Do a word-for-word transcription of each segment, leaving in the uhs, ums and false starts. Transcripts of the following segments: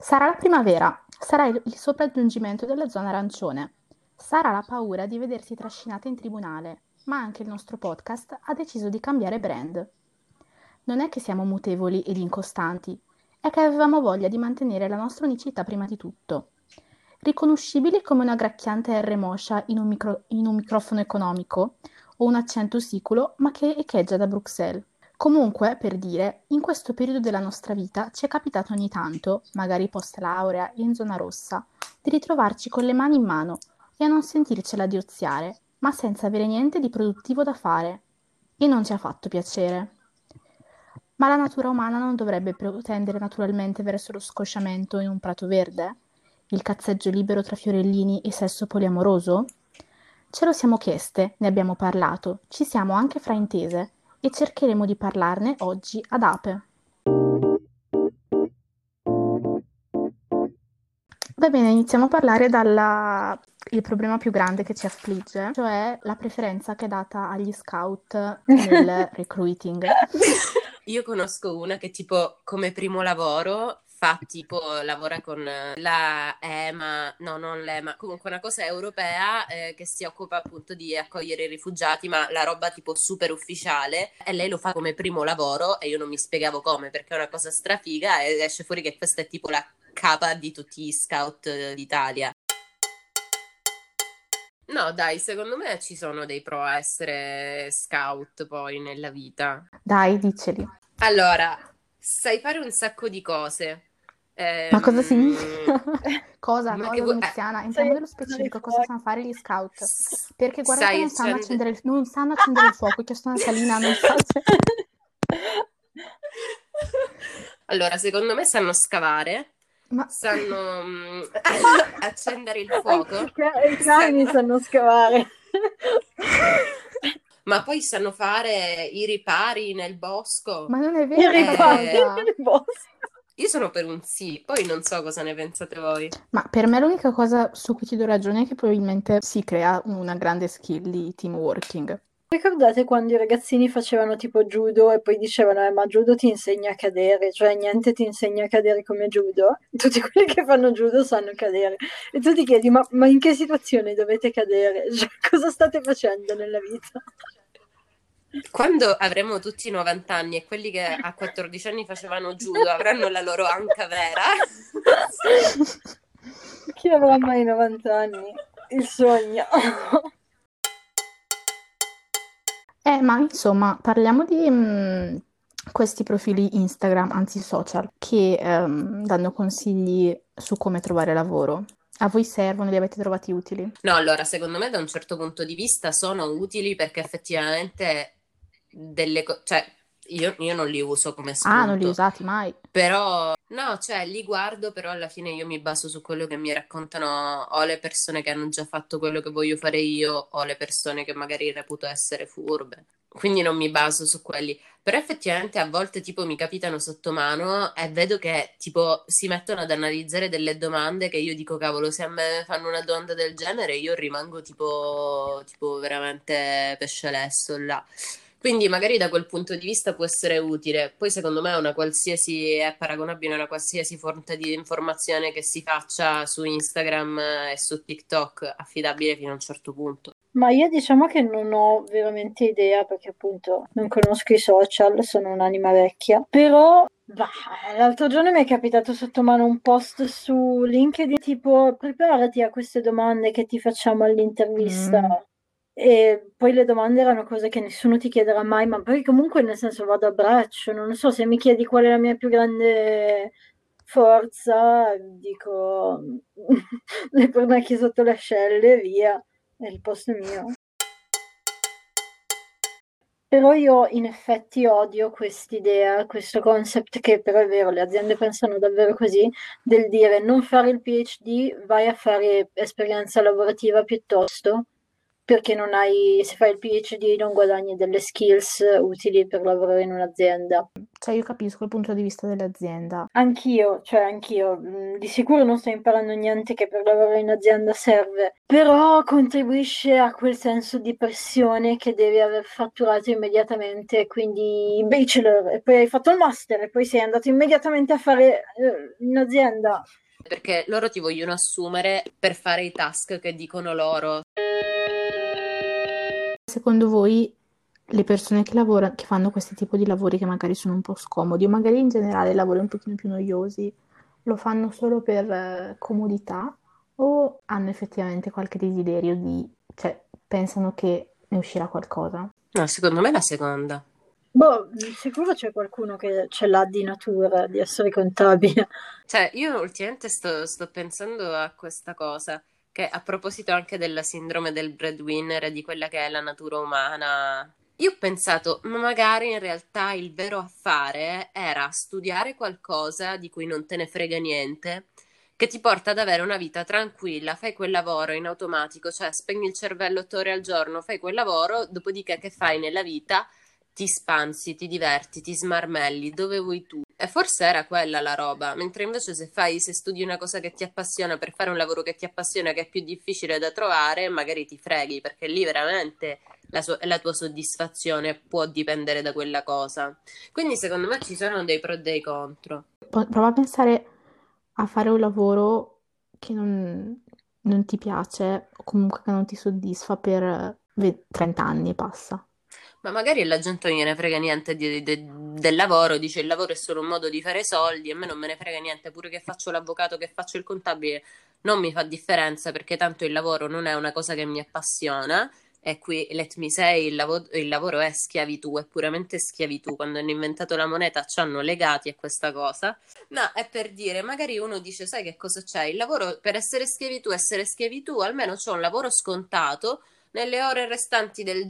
Sarà la primavera, sarà il il sopraggiungimento della zona arancione, sarà la paura di vedersi trascinate in tribunale, ma anche il nostro podcast ha deciso di cambiare brand. Non è che siamo mutevoli ed incostanti, è che avevamo voglia di mantenere la nostra unicità prima di tutto. Riconoscibili come una gracchiante R moscia in un, micro- in un microfono economico o un accento siculo, ma che echeggia da Bruxelles. Comunque, per dire, in questo periodo della nostra vita ci è capitato ogni tanto, magari post laurea in zona rossa, di ritrovarci con le mani in mano e a non sentircela di oziare, ma senza avere niente di produttivo da fare. E non ci ha fatto piacere. Ma la natura umana non dovrebbe tendere naturalmente verso lo scosciamento in un prato verde? Il cazzeggio libero tra fiorellini e sesso poliamoroso? Ce lo siamo chieste, ne abbiamo parlato, ci siamo anche fraintese e cercheremo di parlarne oggi ad ape. Va bene, iniziamo a parlare dal problema più grande che ci affligge, cioè la preferenza che è data agli scout nel recruiting. Io conosco una che tipo come primo lavoro fa tipo, lavora con la EMA, no non l'EMA, comunque una cosa europea eh, che si occupa appunto di accogliere i rifugiati, ma la roba tipo super ufficiale, e lei lo fa come primo lavoro e io non mi spiegavo come, perché è una cosa strafiga e esce fuori che questa è tipo la capa di tutti gli scout eh, d'Italia. No, dai, secondo me ci sono dei pro a essere scout poi nella vita. Dai, diceli. Allora, sai fare un sacco di cose. Ma cosa Ehm, significa? Cosa, ma che cosa vuoi? eh, Domiziana? Sei Entriamo nello dai specifico, cosa fuochi. sanno fare gli scout? s- Perché guarda che sai non sanno accendere... accendere il, non sanno accendere il fuoco, che sono una salina, non so se... Allora, secondo me sanno scavare, Ma... sanno mm, accendere il Anche fuoco, i, ca- i cani sanno... sanno scavare. ma poi sanno fare i ripari nel bosco. Ma non è I vero sta ripari Eh, cosa. nel bosco. Io sono per un sì, poi non so cosa ne pensate voi. Ma per me l'unica cosa su cui ti do ragione è che probabilmente si crea una grande skill di team working. Ricordate quando i ragazzini facevano tipo judo e poi dicevano, eh, ma judo ti insegna a cadere, cioè niente ti insegna a cadere come judo? Tutti quelli che fanno judo sanno cadere. E tu ti chiedi, ma, ma in che situazione dovete cadere? Cioè, cosa state facendo nella vita? Quando avremo tutti novanta anni e quelli che a quattordici anni facevano judo avranno la loro anca vera. Chi avrà mai novanta anni? Il sogno. Eh, ma insomma, parliamo di mm, questi profili Instagram, anzi social, che ehm, danno consigli su come trovare lavoro. A voi servono? Li avete trovati utili? No, allora, secondo me da un certo punto di vista sono utili perché effettivamente delle cose, cioè io, io non li uso come Ah, non li spunto, usati mai. però no, cioè li guardo, però alla fine io mi baso su quello che mi raccontano o le persone che hanno già fatto quello che voglio fare io o le persone che magari reputo essere furbe. Quindi non mi baso su quelli. Però effettivamente a volte tipo mi capitano sotto mano e vedo che tipo si mettono ad analizzare delle domande che io dico, cavolo, se a me fanno una domanda del genere io rimango tipo, tipo veramente pesce lesso là. Quindi magari da quel punto di vista può essere utile. Poi secondo me una qualsiasi è paragonabile a una qualsiasi fonte di informazione che si faccia su Instagram e su TikTok, affidabile fino a un certo punto. Ma io diciamo che non ho veramente idea perché appunto non conosco i social, sono un'anima vecchia, però bah, l'altro giorno mi è capitato sotto mano un post su LinkedIn tipo preparati a queste domande che ti facciamo all'intervista. Mm. E poi le domande erano cose che nessuno ti chiederà mai, ma poi comunque nel senso vado a braccio, non so se mi chiedi qual è la mia più grande forza, dico le pernacchie sotto le ascelle, via. È il posto mio. Però io in effetti odio quest'idea, questo concept che però è vero, le aziende pensano davvero così, del dire non fare il PhD, vai a fare esperienza lavorativa piuttosto. perché non hai, se fai il PhD non guadagni delle skills utili per lavorare in un'azienda. Cioè io capisco il punto di vista dell'azienda. Anch'io, cioè anch'io, mh, di sicuro non sto imparando niente che per lavorare in azienda serve, però contribuisce a quel senso di pressione che devi aver fatturato immediatamente, quindi bachelor, e poi hai fatto il master, e poi sei andato immediatamente a fare eh, in azienda. Perché loro ti vogliono assumere per fare i task che dicono loro. Secondo voi le persone che lavorano, che fanno questi tipi di lavori che magari sono un po' scomodi o magari in generale lavori un pochino più noiosi, lo fanno solo per eh, comodità o hanno effettivamente qualche desiderio di, cioè pensano che ne uscirà qualcosa? No, secondo me è la seconda. Boh, sicuro c'è qualcuno che ce l'ha di natura, di essere contabile. Cioè, io ultimamente sto, sto pensando a questa cosa, che a proposito anche della sindrome del breadwinner e di quella che è la natura umana, io ho pensato, ma magari in realtà il vero affare era studiare qualcosa di cui non te ne frega niente, che ti porta ad avere una vita tranquilla, fai quel lavoro in automatico, cioè spegni il cervello otto ore al giorno, fai quel lavoro, dopodiché che fai nella vita? Ti spansi, ti diverti, ti smarmelli, dove vuoi tu. E forse era quella la roba, mentre invece se fai, se studi una cosa che ti appassiona per fare un lavoro che ti appassiona, che è più difficile da trovare, magari ti freghi, perché lì veramente la, so- la tua soddisfazione può dipendere da quella cosa. Quindi secondo me ci sono dei pro e dei contro. Po- Prova a pensare a fare un lavoro che non, non ti piace o comunque che non ti soddisfa per eh, ve- trenta anni e passa. Ma magari la gente non gliene frega niente di- de- del lavoro, dice il lavoro è solo un modo di fare soldi, e a me non me ne frega niente, pure che faccio l'avvocato, che faccio il contabile, non mi fa differenza perché tanto il lavoro non è una cosa che mi appassiona. E qui, let me say, il, lavo- il lavoro è schiavitù, è puramente schiavitù. Quando hanno inventato la moneta ci hanno legati a questa cosa. No, è per dire, magari uno dice, sai che cosa c'è? Il lavoro per essere schiavitù, essere schiavitù, almeno c'ho un lavoro scontato, nelle ore restanti del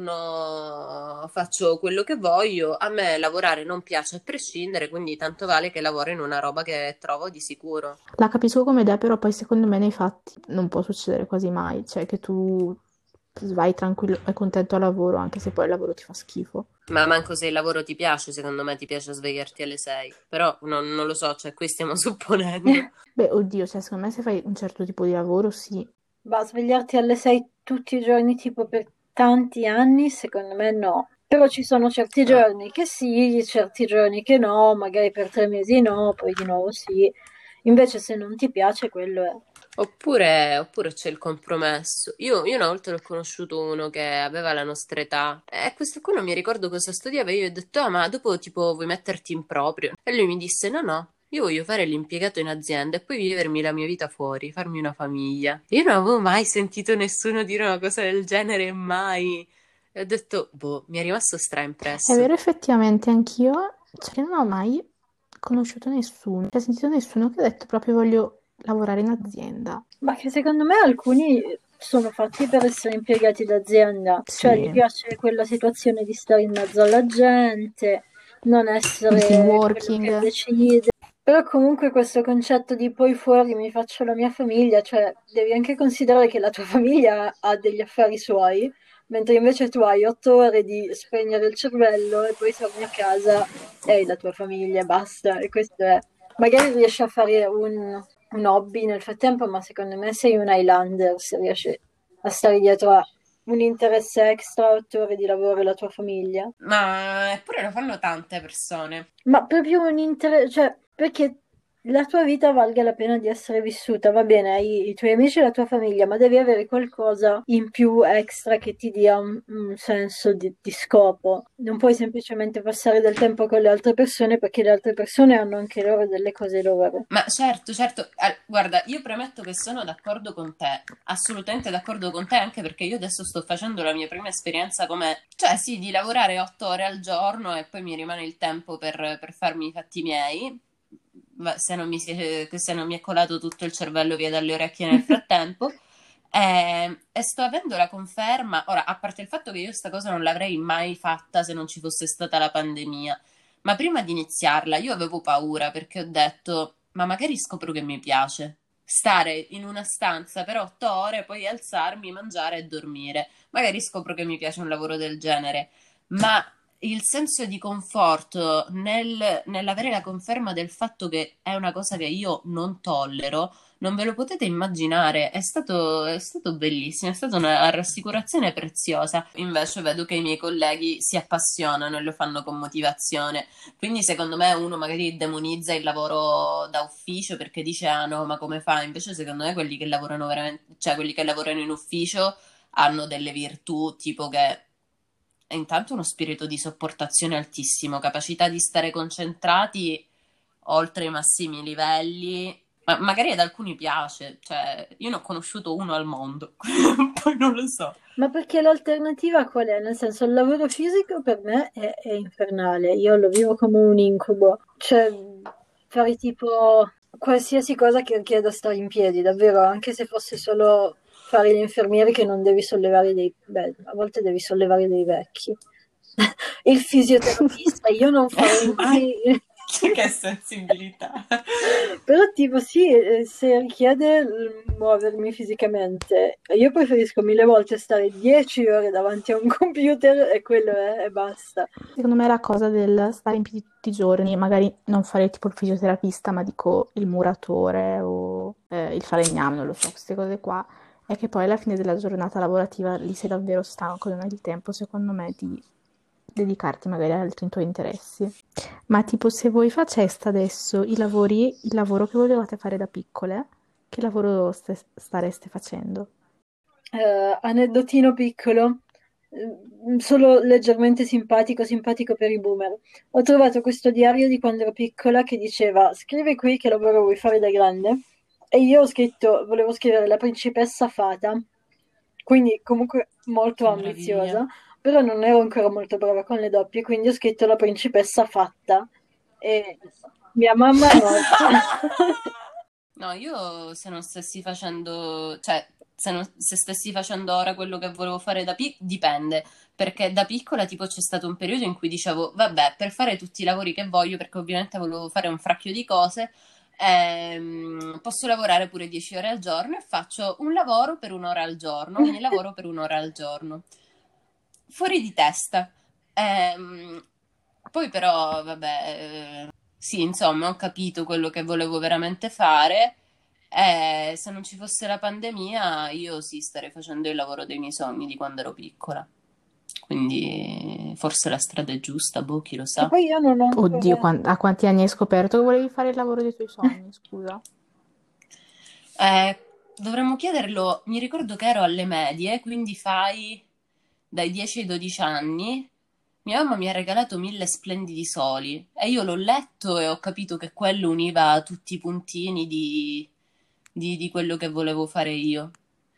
giorno faccio quello che voglio. A me lavorare non piace a prescindere, quindi tanto vale che lavoro in una roba che trovo di sicuro. La capisco come idea, però poi secondo me nei fatti non può succedere quasi mai, cioè che tu vai tranquillo e contento al lavoro anche se poi il lavoro ti fa schifo. Ma manco se il lavoro ti piace, secondo me ti piace svegliarti alle sei. Però non, non lo so, cioè qui stiamo supponendo. Beh, oddio, cioè secondo me se fai un certo tipo di lavoro sì. Ma svegliarti alle sei tutti i giorni, tipo per tanti anni, secondo me no. Però ci sono certi Ah. giorni che sì, certi giorni che no, magari per tre mesi no, poi di nuovo sì. Invece se non ti piace, quello è. Oppure, oppure c'è il compromesso. Io, io una volta l'ho conosciuto uno che aveva la nostra età e questo qua non mi ricordo cosa studiava. Io gli ho detto, ah, ma dopo tipo vuoi metterti in proprio? E lui mi disse, no, no, io voglio fare l'impiegato in azienda e poi vivermi la mia vita fuori, farmi una famiglia. Io non avevo mai sentito nessuno dire una cosa del genere, mai. E ho detto, boh, mi è rimasto È straimpresso. vero, effettivamente anch'io, cioè non ho mai conosciuto nessuno, cioè sentito nessuno che ha detto proprio voglio lavorare in azienda. Ma che secondo me alcuni sono fatti per essere impiegati d'azienda, cioè gli Sì, piace quella situazione di stare in mezzo alla gente, non il team essere quello che working. decide. Però comunque questo concetto di poi fuori mi faccio la mia famiglia, cioè devi anche considerare che la tua famiglia ha degli affari suoi, mentre invece tu hai otto ore di spegnere il cervello e poi torni a casa e hai la tua famiglia e basta. E questo è. Magari riesci a fare un, un hobby nel frattempo, ma secondo me sei un Highlander se riesci a stare dietro a un interesse extra, otto ore di lavoro e la tua famiglia. Ma eppure lo fanno tante persone. Ma proprio un interesse, cioè, perché la tua vita valga la pena di essere vissuta, va bene, hai i tuoi amici e la tua famiglia, ma devi avere qualcosa in più extra che ti dia un, un senso di, di scopo. Non puoi semplicemente passare del tempo con le altre persone perché le altre persone hanno anche loro delle cose loro. Ma certo, certo, Ah, guarda, io premetto che sono d'accordo con te, assolutamente d'accordo con te, anche perché io adesso sto facendo la mia prima esperienza come, cioè sì, di lavorare otto ore al giorno e poi mi rimane il tempo per, per farmi i fatti miei, ma se non mi, si- se non mi è colato tutto il cervello via dalle orecchie nel frattempo. E, e sto avendo la conferma, ora, a parte il fatto che io sta cosa non l'avrei mai fatta se non ci fosse stata la pandemia, ma prima di iniziarla io avevo paura perché ho detto, ma magari scopro che mi piace. stare in una stanza per otto ore, poi alzarmi, mangiare e dormire. Magari scopro che mi piace un lavoro del genere, ma il senso di conforto nel, nell'avere la conferma del fatto che è una cosa che io non tollero, non ve lo potete immaginare, è stato, è stato bellissimo, è stata una rassicurazione preziosa. Invece vedo che i miei colleghi si appassionano e lo fanno con motivazione. Quindi secondo me uno magari demonizza il lavoro da ufficio perché dice ah no, ma come fa? Invece secondo me quelli che lavorano veramente, cioè quelli che lavorano in ufficio hanno delle virtù tipo che è intanto uno spirito di sopportazione altissimo, capacità di stare concentrati oltre i massimi livelli. Ma magari ad alcuni piace, cioè io ne ho conosciuto uno al mondo, poi non lo so. Ma perché l'alternativa qual è? Nel senso, il lavoro fisico per me è, è infernale, io lo vivo come un incubo. Cioè, fare tipo qualsiasi cosa che richieda stare in piedi, davvero, anche se fosse solo fare l'infermiere che non devi sollevare dei... Beh, a volte devi sollevare dei vecchi. Il fisioterapista, io non farei mai... Che sensibilità. Però tipo sì, eh, se richiede l- muovermi fisicamente, io preferisco mille volte stare dieci ore davanti a un computer e quello è, e basta. Secondo me la cosa del stare in piedi tutti i giorni, magari non fare tipo il fisioterapista, ma dico il muratore o eh, il falegname, non lo so, queste cose qua, è che poi alla fine della giornata lavorativa lì sei davvero stanco, non hai il tempo, secondo me, di dedicarti magari ad altri tuoi interessi. Ma tipo se voi faceste adesso i lavori, il lavoro che volevate fare da piccole, che lavoro ste- stareste facendo? Eh, aneddotino piccolo, eh, solo leggermente simpatico, simpatico per i boomer. Ho trovato questo diario di quando ero piccola che diceva scrivi qui che lavoro vuoi fare da grande e io ho scritto, volevo scrivere la principessa fata, quindi comunque molto Che ambiziosa, meraviglia. però non ero ancora molto brava con le doppie, quindi ho scritto la principessa fatta e mia mamma è morta. No, io se non stessi facendo, cioè se, non- se stessi facendo ora quello che volevo fare da piccola, dipende, perché da piccola tipo c'è stato un periodo in cui dicevo, vabbè, per fare tutti i lavori che voglio, perché ovviamente volevo fare un fracchio di cose, ehm, posso lavorare pure dieci ore al giorno e faccio un lavoro per un'ora al giorno, ogni lavoro per un'ora al giorno. Fuori di testa. Ehm, poi però, vabbè, eh, sì, insomma, ho capito quello che volevo veramente fare. E se non ci fosse la pandemia, io sì, starei facendo il lavoro dei miei sogni di quando ero piccola. Quindi forse la strada è giusta, boh, chi lo Che sa. poi io non ho Oddio, ancora... quan- a quanti anni hai scoperto che volevi fare il lavoro dei tuoi sogni, scusa? Eh, dovremmo chiederlo, mi ricordo che ero alle medie, quindi fai dai dieci ai dodici anni. Mia mamma mi ha regalato Mille splendidi soli e io l'ho letto e ho capito che quello univa tutti i puntini di, di- di quello che volevo fare io.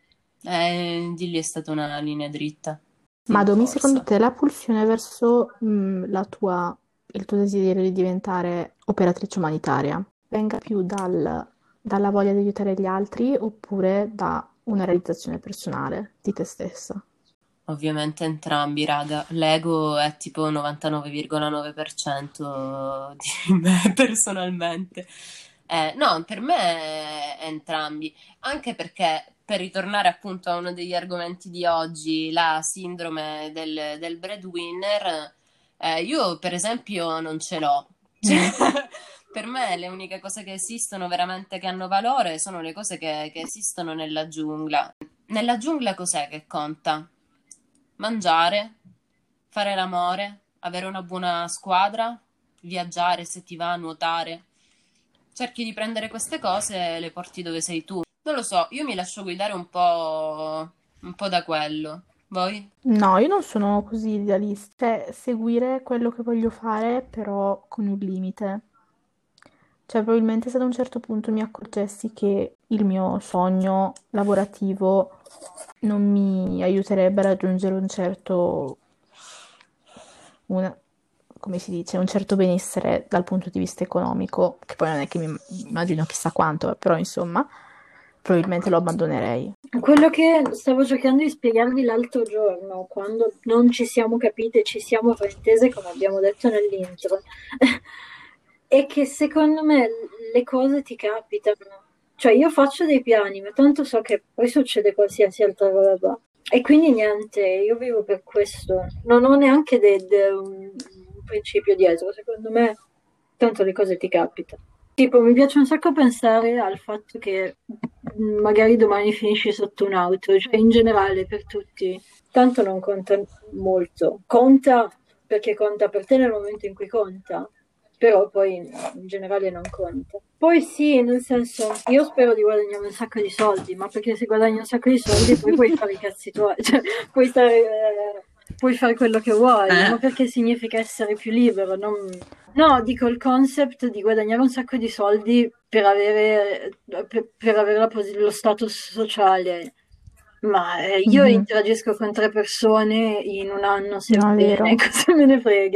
E di lì è stata una linea dritta Ma in Domi, secondo corsa. te la pulsione verso mh, la tua, il tuo desiderio di diventare operatrice umanitaria venga più dal- dalla voglia di aiutare gli altri oppure da una realizzazione personale di te stessa? Ovviamente entrambi, raga. L'ego è tipo novantanove virgola nove per cento di me personalmente. Eh, no, per me è entrambi, anche perché per ritornare appunto a uno degli argomenti di oggi, la sindrome del, del breadwinner, eh, io per esempio non ce l'ho. Cioè, Mm. per me le uniche cose che esistono veramente che hanno valore sono le cose che, che esistono nella giungla. Nella giungla cos'è che conta? Mangiare, fare l'amore, avere una buona squadra, viaggiare se ti va, nuotare. Cerchi di prendere queste cose e le porti dove sei tu. Non lo so, io mi lascio guidare un po', un po' da quello. Voi? No, io non sono così idealista, cioè seguire quello che voglio fare però con un limite. Cioè, probabilmente se ad un certo punto mi accorgessi che il mio sogno lavorativo non mi aiuterebbe a raggiungere un certo, una- come si dice, un certo benessere dal punto di vista economico, che poi non è che mi immagino chissà quanto, però insomma, probabilmente lo abbandonerei. Quello che stavo cercando di spiegarvi l'altro giorno, quando non ci siamo capite, ci siamo fraintese, come abbiamo detto nell'intro, è che secondo me le cose ti capitano. Cioè io faccio dei piani, ma tanto so che poi succede qualsiasi altra roba. E quindi niente, io vivo per questo. Non ho neanche de- de- un, un principio dietro, secondo me tanto le cose ti capitano. Tipo, mi piace un sacco pensare al fatto che mh, magari domani finisci sotto un'auto, cioè in generale per tutti. Tanto non conta molto. Conta perché conta per te nel momento in cui conta, però poi in generale non conta. Poi sì, nel senso, io spero di guadagnare un sacco di soldi, ma perché se guadagni un sacco di soldi poi puoi fare i cazzi tuoi, cioè puoi stare, eh, puoi fare quello che vuoi, Eh. ma perché significa essere più libero, non... No, dico il concept di guadagnare un sacco di soldi per avere, per, per avere la posi- lo status sociale. Ma eh, io Mhm. interagisco con tre persone in un anno, se va No, è bene, vero. cosa me ne frega.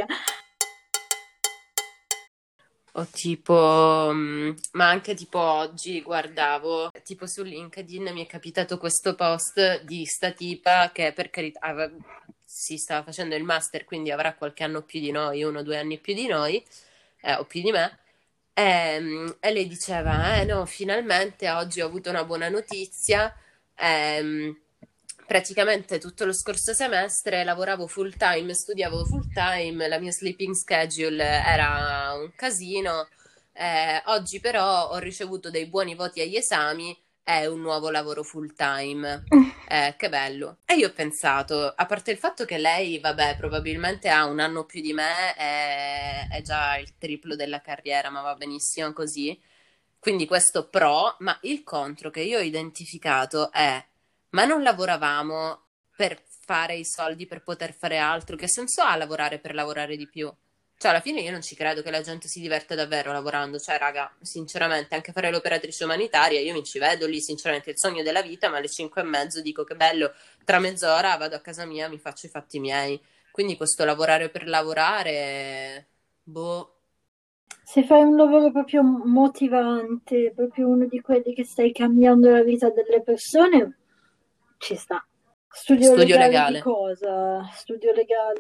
O tipo, mm, ma anche tipo oggi guardavo, tipo su LinkedIn mi è capitato questo post di sta tipa che per carità ave- si stava facendo il master, quindi avrà qualche anno più di noi, uno o due anni più di noi, eh, o più di me. Ehm, E, lei diceva, eh no, finalmente oggi ho avuto una buona notizia. Ehm, Praticamente tutto lo scorso semestre lavoravo full time, studiavo full time, la mia sleeping schedule era un casino. Eh, oggi però ho ricevuto dei buoni voti agli esami e un nuovo lavoro full time. Eh, che bello. E io ho pensato, a parte il fatto che lei, vabbè, probabilmente ha un anno più di me, è, è già il triplo della carriera, ma va benissimo così. Quindi questo pro, ma il contro che io ho identificato è, ma non lavoravamo per fare i soldi per poter fare altro? Che senso ha lavorare per lavorare di più? Cioè, alla fine io non ci credo che la gente si diverta davvero lavorando. Cioè, raga, sinceramente, anche fare l'operatrice umanitaria, io mi ci vedo lì, sinceramente, è il sogno della vita, ma alle cinque e mezzo dico che bello, tra mezz'ora vado a casa mia, mi faccio i fatti miei. Quindi questo lavorare per lavorare, boh. Se fai un lavoro proprio motivante, proprio uno di quelli che stai cambiando la vita delle persone, ci sta. Studio Studio legale di legale. cosa? Studio legale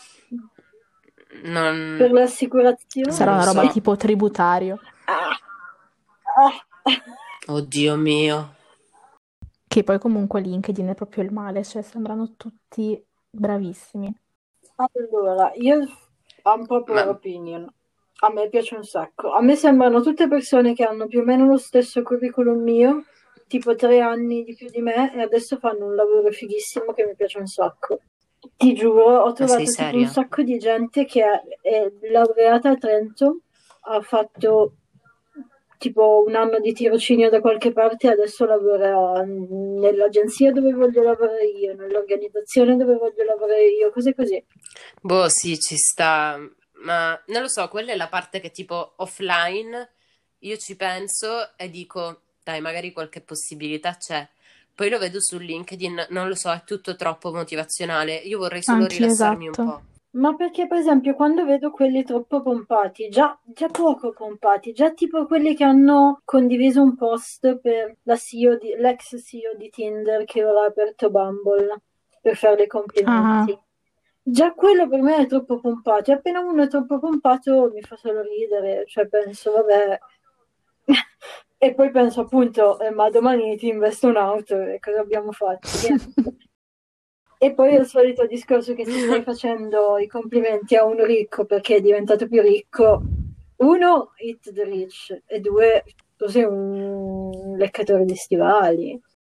Non, per le assicurazioni? Sarà non lo una roba so. tipo tributario, Ah, ah. Oddio mio. che poi comunque LinkedIn è proprio il male, cioè sembrano tutti bravissimi. Allora, io ho un popular Ma opinion. A me piace un sacco. A me sembrano tutte persone che hanno più o meno lo stesso curriculum mio, tipo tre anni di più di me, e adesso fanno un lavoro fighissimo che mi piace un sacco. Ti giuro, ho ma sei trovato tipo un seria? sacco di gente che è, è laureata a Trento, ha fatto tipo un anno di tirocinio da qualche parte e adesso lavora nell'agenzia dove voglio lavorare io, nell'organizzazione dove voglio lavorare io, cose così. Boh, sì, ci sta, ma non lo so, quella è la parte che tipo offline io ci penso e dico, dai, magari qualche possibilità c'è. Poi lo vedo su LinkedIn, non lo so, è tutto troppo motivazionale. Io vorrei solo Anch'io, rilassarmi un esatto. po'. Ma perché, per esempio, quando vedo quelli troppo pompati, già, già poco pompati, già tipo quelli che hanno condiviso un post per la C E O di- l'ex C E O di Tinder che ora ha aperto Bumble per fare i Ah, complimenti. Già quello per me è troppo pompato. E appena uno è troppo pompato mi fa solo ridere, cioè penso, vabbè. E poi penso appunto, eh, ma domani ti investo un'auto e cosa abbiamo fatto? Niente. E poi il solito discorso che se stai facendo i complimenti a un ricco perché è diventato più ricco, uno, hit the rich, e due, tu sei un leccatore di stivali.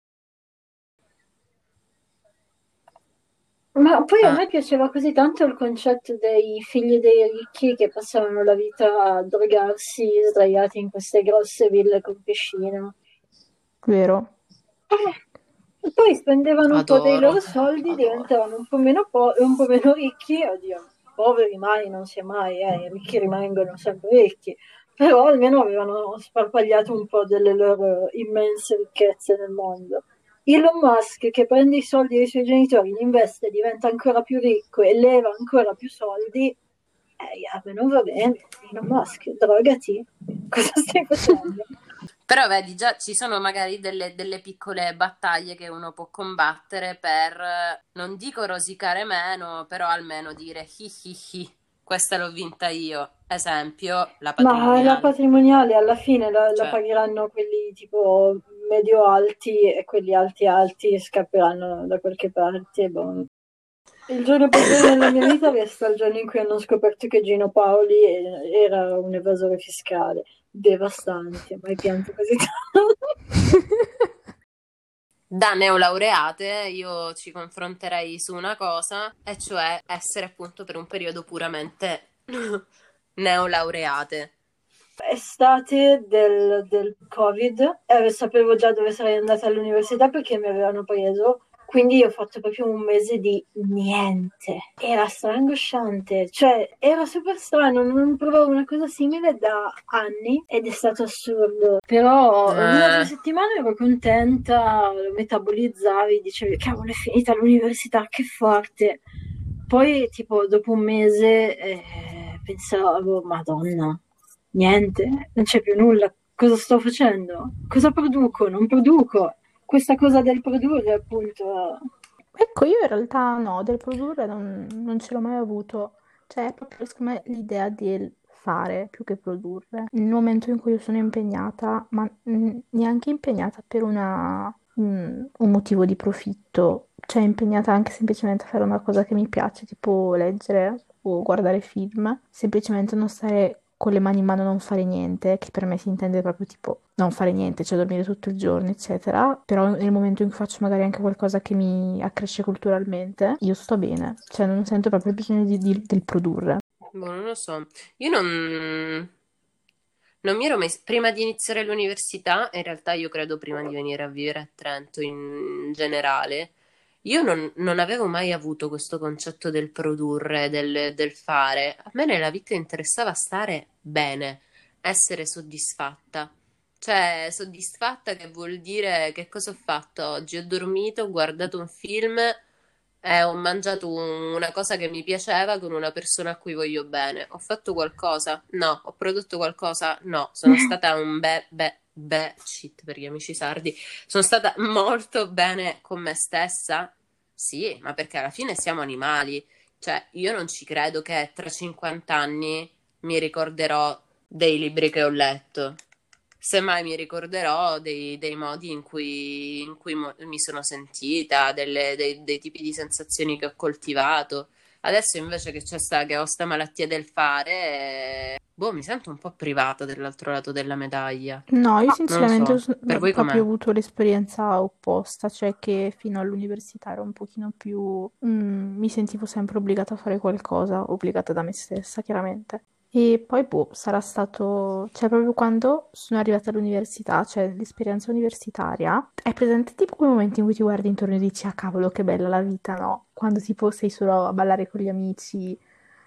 Ma poi a Ah, me piaceva così tanto il concetto dei figli dei ricchi che passavano la vita a drogarsi sdraiati in queste grosse ville con piscina. vero. Eh, poi spendevano un po' dei adoro, loro soldi, adoro. diventavano un po' meno, po- un po' meno ricchi, oddio, poveri mai non si è mai, eh, i ricchi rimangono sempre ricchi, però almeno avevano sparpagliato un po' delle loro immense ricchezze nel mondo. Elon Musk che prende i soldi dei suoi genitori, li investe, diventa ancora più ricco e leva ancora più soldi, eh, a me non va bene. Elon Musk, drogati, cosa stai facendo? Però vedi, già ci sono magari delle, delle piccole battaglie che uno può combattere per, eh, non dico rosicare meno, però almeno dire hi hi hi. questa l'ho vinta io. Esempio, la Ma la patrimoniale. patrimoniale alla fine la, la Cioè, pagheranno quelli tipo medio alti e quelli alti alti scapperanno da qualche parte. Boh. Il giorno peggiore della mia vita resta il giorno in cui hanno scoperto che Gino Paoli era un evasore fiscale. Devastante, mai pianto così tanto. da neolaureate io ci confronterei su una cosa, e cioè essere appunto per un periodo puramente neolaureate. Estate del, del Covid, eh, sapevo già dove sarei andata all'università perché mi avevano preso, quindi ho fatto proprio un mese di niente. Era strangosciante, cioè era super strano, non provavo una cosa simile da anni ed è stato assurdo. Però una o due Eh, settimane ero contenta, lo metabolizzavi, dicevi cavolo è finita l'università, che forte. Poi tipo dopo un mese eh, pensavo, Madonna. Niente, non c'è più nulla. Cosa sto facendo? Cosa produco? Non produco. Questa cosa del produrre, appunto. Ecco, io in realtà no, del produrre non, non ce l'ho mai avuto. Cioè, è proprio secondo me l'idea del fare più che produrre. Nel momento in cui io sono impegnata, ma mm, neanche impegnata per una, mm, un motivo di profitto, cioè impegnata anche semplicemente a fare una cosa che mi piace, tipo leggere o guardare film, semplicemente non stare con le mani in mano, non fare niente, che per me si intende proprio tipo non fare niente, cioè dormire tutto il giorno, eccetera. Però nel momento in cui faccio magari anche qualcosa che mi accresce culturalmente, io sto bene, cioè non sento proprio il bisogno di- di- del produrre. boh, non lo so. Io non, non mi ero mai... Prima di iniziare l'università, in realtà io credo prima di venire a vivere a Trento in generale, io non, non avevo mai avuto questo concetto del produrre, del, del fare. A me nella vita interessava stare bene, essere soddisfatta. Cioè, soddisfatta che vuol dire che cosa ho fatto oggi? Ho dormito, ho guardato un film e ho mangiato un- una cosa che mi piaceva con una persona a cui voglio bene. Ho fatto qualcosa? No. Ho prodotto qualcosa? No. Sono stata un be, be, be, shit per gli amici sardi. Sono stata molto bene con me stessa? Sì, ma perché alla fine siamo animali. Cioè, io non ci credo che tra cinquanta anni mi ricorderò dei libri che ho letto. Semmai mi ricorderò dei, dei modi in cui, in cui mo- mi sono sentita, delle- dei, dei tipi di sensazioni che ho coltivato. Adesso invece che c'è sta, che ho sta malattia del fare, eh, boh, mi sento un po' privata dell'altro lato della medaglia. No, io Non lo sinceramente ho so, s- per no, voi proprio com'è? avuto l'esperienza opposta, cioè che fino all'università ero un pochino più... mm, mi sentivo sempre obbligata a fare qualcosa, obbligata da me stessa, chiaramente. E poi, boh, sarà stato... cioè proprio quando sono arrivata all'università, cioè l'esperienza universitaria, è presente tipo quei momenti in cui ti guardi intorno e dici, ah cavolo, che bella la vita, no? Quando tipo sei solo a ballare con gli amici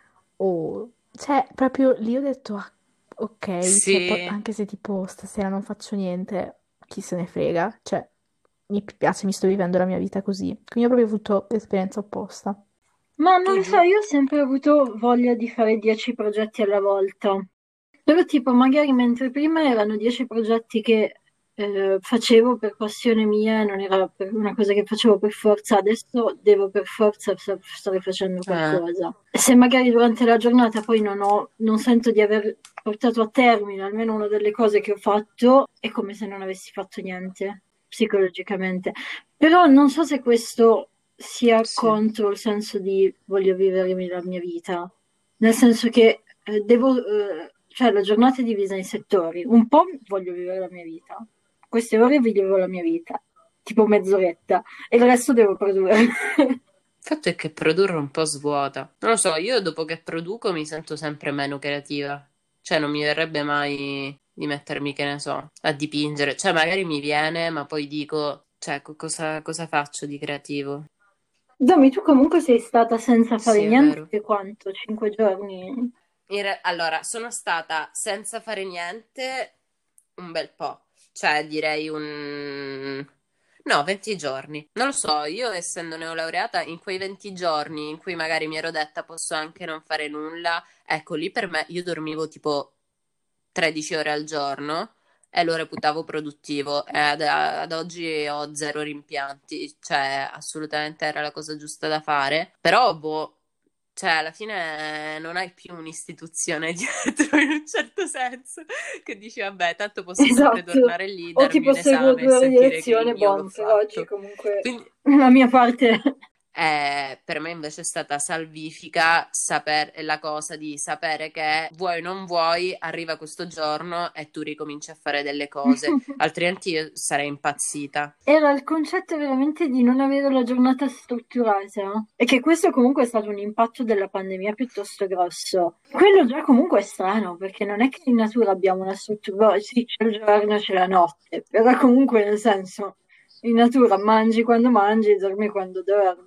o... Cioè, proprio lì ho detto, ah, ok, cioè, poi, Sì. anche se tipo stasera non faccio niente, chi se ne frega, cioè, mi piace, mi sto vivendo la mia vita così. Quindi ho proprio avuto l'esperienza opposta. Ma non Tu, lo so, Giù? io ho sempre avuto voglia di fare dieci progetti alla volta. Però tipo, magari mentre prima erano dieci progetti che eh, facevo per passione mia, non era per una cosa che facevo per forza, adesso devo per forza sa- stare facendo Eh, qualcosa. Se magari durante la giornata poi non ho, non sento di aver portato a termine almeno una delle cose che ho fatto, è come se non avessi fatto niente, psicologicamente. Però non so se questo sia sì. contro il senso di voglio vivermi la mia vita. Nel senso che eh, devo, eh, cioè la giornata è divisa in settori. Un po' voglio vivere la mia vita. Queste ore vivo la mia vita, tipo mezz'oretta, e il resto devo produrre. Il fatto è che produrre un po' svuota. Non lo so, io dopo che produco mi sento sempre meno creativa. Cioè, non mi verrebbe mai di mettermi, che ne so, a dipingere. Cioè, magari mi viene, ma poi dico, cioè, co- cosa, cosa faccio di creativo? Domi, tu comunque sei stata senza fare Sì, è niente vero. quanto? Cinque giorni? In re- allora, sono stata senza fare niente un bel po', cioè direi un... No, venti giorni. Non lo so, io essendo neolaureata, in quei venti giorni in cui magari mi ero detta posso anche non fare nulla, ecco lì per me io dormivo tipo tredici ore al giorno e lo reputavo produttivo e ad, ad oggi ho zero rimpianti, cioè assolutamente era la cosa giusta da fare, però boh, Cioè, alla fine non hai più un'istituzione dietro, in un certo senso, che dici, vabbè, tanto posso sempre Esatto. tornare lì, O darmi tipo un seguo esame e due ore di sentire che lezione, io l'ho buon, per oggi fatto. comunque Quindi la mia parte... eh, per me invece è stata salvifica saper, la cosa di sapere che vuoi o non vuoi, arriva questo giorno e tu ricominci a fare delle cose, altrimenti io sarei impazzita. Era il concetto veramente di non avere la giornata strutturata e che questo comunque è stato un impatto della pandemia piuttosto grosso. Quello già comunque è strano perché non è che in natura abbiamo una struttura, sì, c'è il giorno, c'è la notte, però comunque nel senso in natura mangi quando mangi, dormi quando dormi.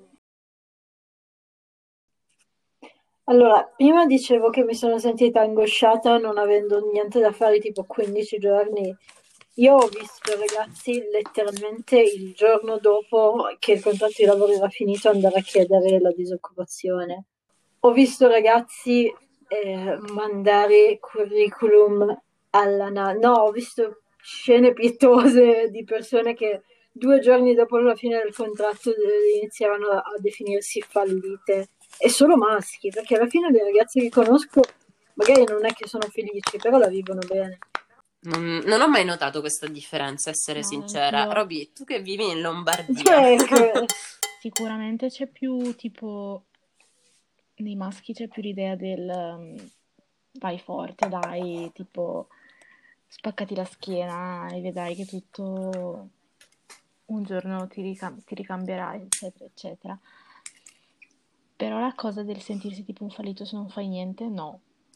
Allora, prima dicevo che mi sono sentita angosciata non avendo niente da fare tipo quindici giorni. Io ho visto ragazzi letteralmente il giorno dopo che il contratto di lavoro era finito andare a chiedere la disoccupazione. Ho visto ragazzi eh, mandare curriculum alla na- No, ho visto scene pietose di persone che due giorni dopo la fine del contratto eh, iniziavano a, a definirsi fallite. E solo maschi, perché alla fine le ragazze che conosco magari non è che sono felici, però la vivono bene. Non, non ho mai notato questa differenza, essere No, sincera. anch'io. Roby, tu che vivi in Lombardia, Cioè, ecco, Sicuramente c'è più tipo nei maschi c'è più l'idea del um, vai forte, dai, tipo spaccati la schiena e vedrai che tutto un giorno ti, ricam- ti ricambierà, eccetera, eccetera. Però la cosa del sentirsi tipo un fallito se non fai niente, no.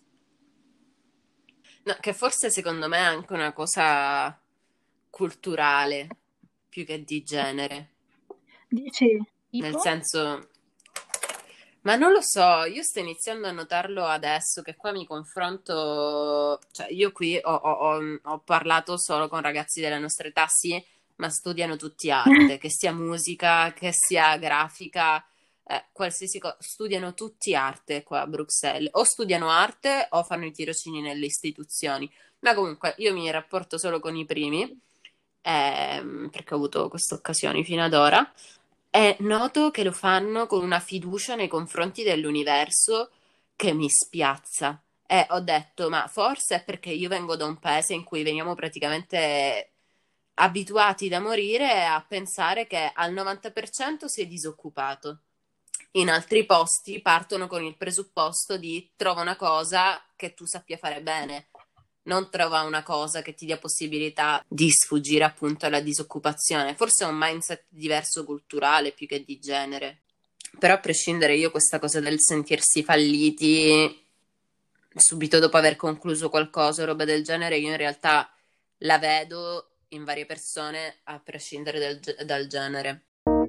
no, che forse secondo me è anche una cosa culturale più che di genere. dici, Nel Tipo? senso, ma non lo so, io sto iniziando a notarlo adesso che qua mi confronto, cioè io qui ho, ho- ho- ho parlato solo con ragazzi della nostra età, sì, ma studiano tutti arte, che sia musica, che sia grafica, eh, qualsiasi cosa, studiano tutti arte qua a Bruxelles, o studiano arte o fanno i tirocini nelle istituzioni, ma comunque io mi rapporto solo con i primi, ehm, perché ho avuto queste occasioni fino ad ora. E noto che lo fanno con una fiducia nei confronti dell'universo che mi spiazza. E ho detto, ma forse è perché io vengo da un paese in cui veniamo praticamente abituati da morire a pensare che al novanta per cento sei disoccupato. In altri posti partono con il presupposto di trova una cosa che tu sappia fare bene, non trova una cosa che ti dia possibilità di sfuggire appunto alla disoccupazione. Forse è un mindset diverso culturale più che di genere. Però a prescindere io questa cosa del sentirsi falliti subito dopo aver concluso qualcosa o roba del genere, io in realtà la vedo in varie persone a prescindere dal, dal genere.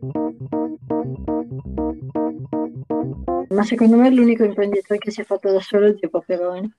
ma secondo me è l'unico imprenditore che si è fatto da solo è Zio Paperoni.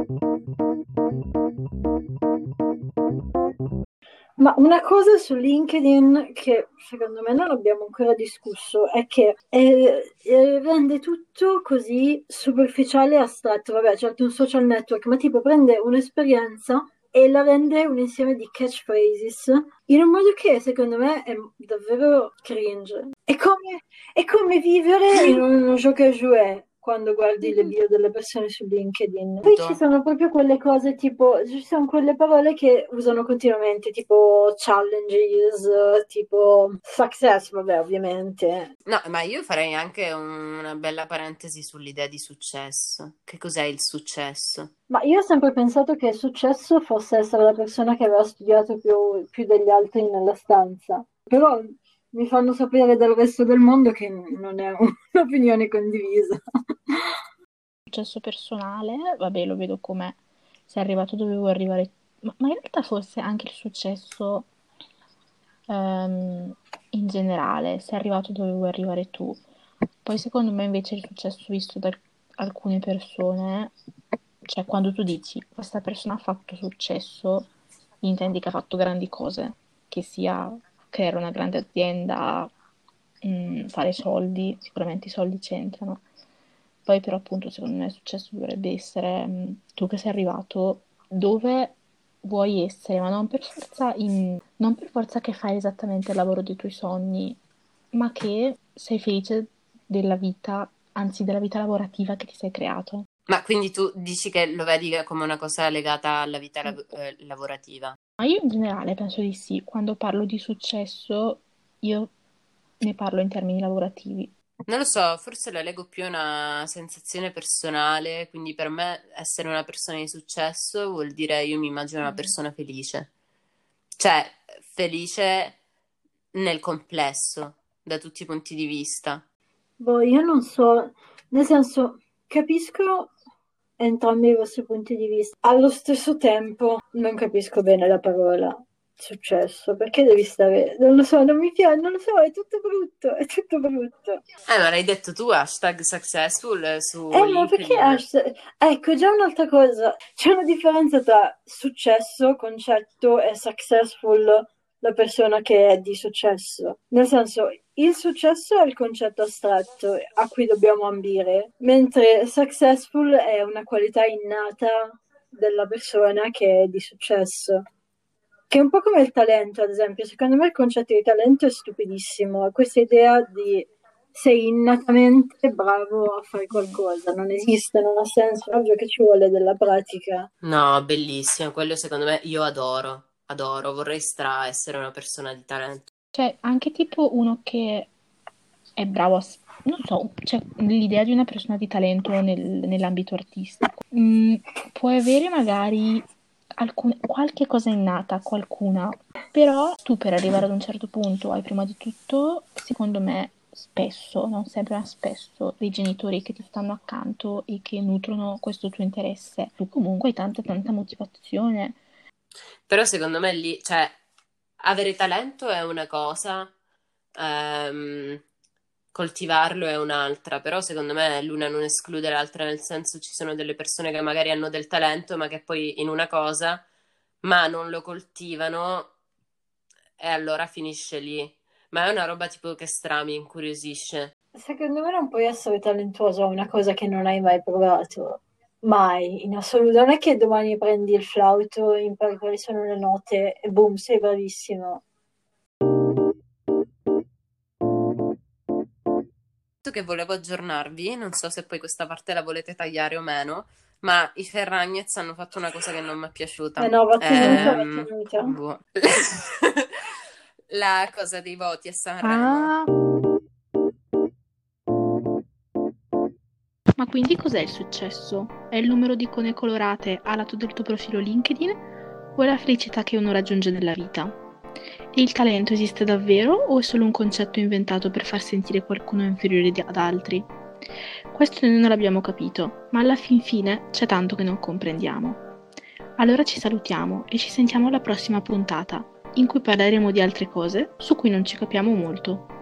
Ma una cosa su LinkedIn che secondo me non abbiamo ancora discusso è che eh, eh, rende tutto così superficiale e astratto. Vabbè, certo, un social network, ma tipo prende un'esperienza e la rende un insieme di catchphrases in un modo che secondo me è davvero cringe. È come, è come vivere in uno gioco a jouet quando guardi le bio delle persone su LinkedIn. Poi ci sono proprio quelle cose tipo, ci sono quelle parole che usano continuamente, tipo challenges, tipo success, vabbè, ovviamente. No, ma io farei anche una bella parentesi sull'idea di successo. Che cos'è il successo? Ma io ho sempre pensato che il successo fosse essere la persona che aveva studiato più, più degli altri nella stanza. Però mi fanno sapere dal resto del mondo che non è un'opinione condivisa. Successo personale, vabbè, lo vedo come sei arrivato dove vuoi arrivare, ma, ma in realtà forse anche il successo ehm, in generale, sei arrivato dove vuoi arrivare tu. Poi secondo me invece il successo visto da alcune persone, cioè quando tu dici questa persona ha fatto successo, intendi che ha fatto grandi cose, che sia creare una grande azienda, mh, fare soldi, sicuramente i soldi c'entrano. Poi però appunto secondo me il successo dovrebbe essere mh, tu che sei arrivato dove vuoi essere, ma non per forza in- non per forza che fai esattamente il lavoro dei tuoi sogni, ma che sei felice della vita anzi della vita lavorativa che ti sei creato. Ma quindi tu dici che lo vedi come una cosa legata alla vita lav- eh, lavorativa? Ma io in generale penso di sì. Quando parlo di successo, io ne parlo in termini lavorativi. Non lo so, forse la leggo più a una sensazione personale, quindi per me essere una persona di successo vuol dire io mi immagino una persona felice. Cioè, felice nel complesso, da tutti i punti di vista. Boh, io non so, nel senso, capisco entrambi i vostri punti di vista. Allo stesso tempo non capisco bene la parola successo, perché devi stare, non lo so, non mi piace, non lo so, è tutto brutto, è tutto brutto. Eh, ma l'hai detto tu, hashtag successful su Eh, ma perché LinkedIn. hashtag? Ecco, già un'altra cosa, c'è una differenza tra successo, concetto, e successful, la persona che è di successo. Nel senso, il successo è il concetto astratto a cui dobbiamo ambire, mentre successful è una qualità innata della persona che è di successo. Che è un po' come il talento, ad esempio. Secondo me il concetto di talento è stupidissimo. Questa idea di sei innatamente bravo a fare qualcosa, non esiste, non ha senso, è ovvio che ci vuole della pratica. No, bellissimo, quello secondo me io adoro, adoro, vorrei stra essere una persona di talento. Cioè, anche tipo uno che è bravo a... s- non so, cioè, l'idea di una persona di talento nel- nell'ambito artistico. Mm, puoi avere magari alcune- qualche cosa innata, qualcuna, però tu per arrivare ad un certo punto hai prima di tutto, secondo me, spesso, non sempre, ma spesso, dei genitori che ti stanno accanto e che nutrono questo tuo interesse. Tu comunque hai tanta, tanta motivazione. Però secondo me lì, cioè, avere talento è una cosa, ehm, coltivarlo è un'altra, però secondo me l'una non esclude l'altra, nel senso ci sono delle persone che magari hanno del talento, ma che poi in una cosa, ma non lo coltivano e allora finisce lì. Ma è una roba tipo che stra mi incuriosisce. Secondo me non puoi essere talentuoso a una cosa che non hai mai provato. Mai, in assoluto. Non è che domani prendi il flauto, impari quali sono le note e boom, sei bravissimo. Che volevo aggiornarvi, non so se poi questa parte la volete tagliare o meno, ma i Ferragnez hanno fatto una cosa che non mi è piaciuta. Eh no, va tenuta, va Ehm, tenuta. boh. La cosa dei voti a Sanremo. Ah. Ma quindi cos'è il successo? È il numero di icone colorate a lato del tuo profilo LinkedIn o è la felicità che uno raggiunge nella vita? E il talento esiste davvero o è solo un concetto inventato per far sentire qualcuno inferiore di- ad altri? Questo noi non l'abbiamo capito, ma alla fin fine c'è tanto che non comprendiamo. Allora ci salutiamo e ci sentiamo alla prossima puntata, in cui parleremo di altre cose su cui non ci capiamo molto.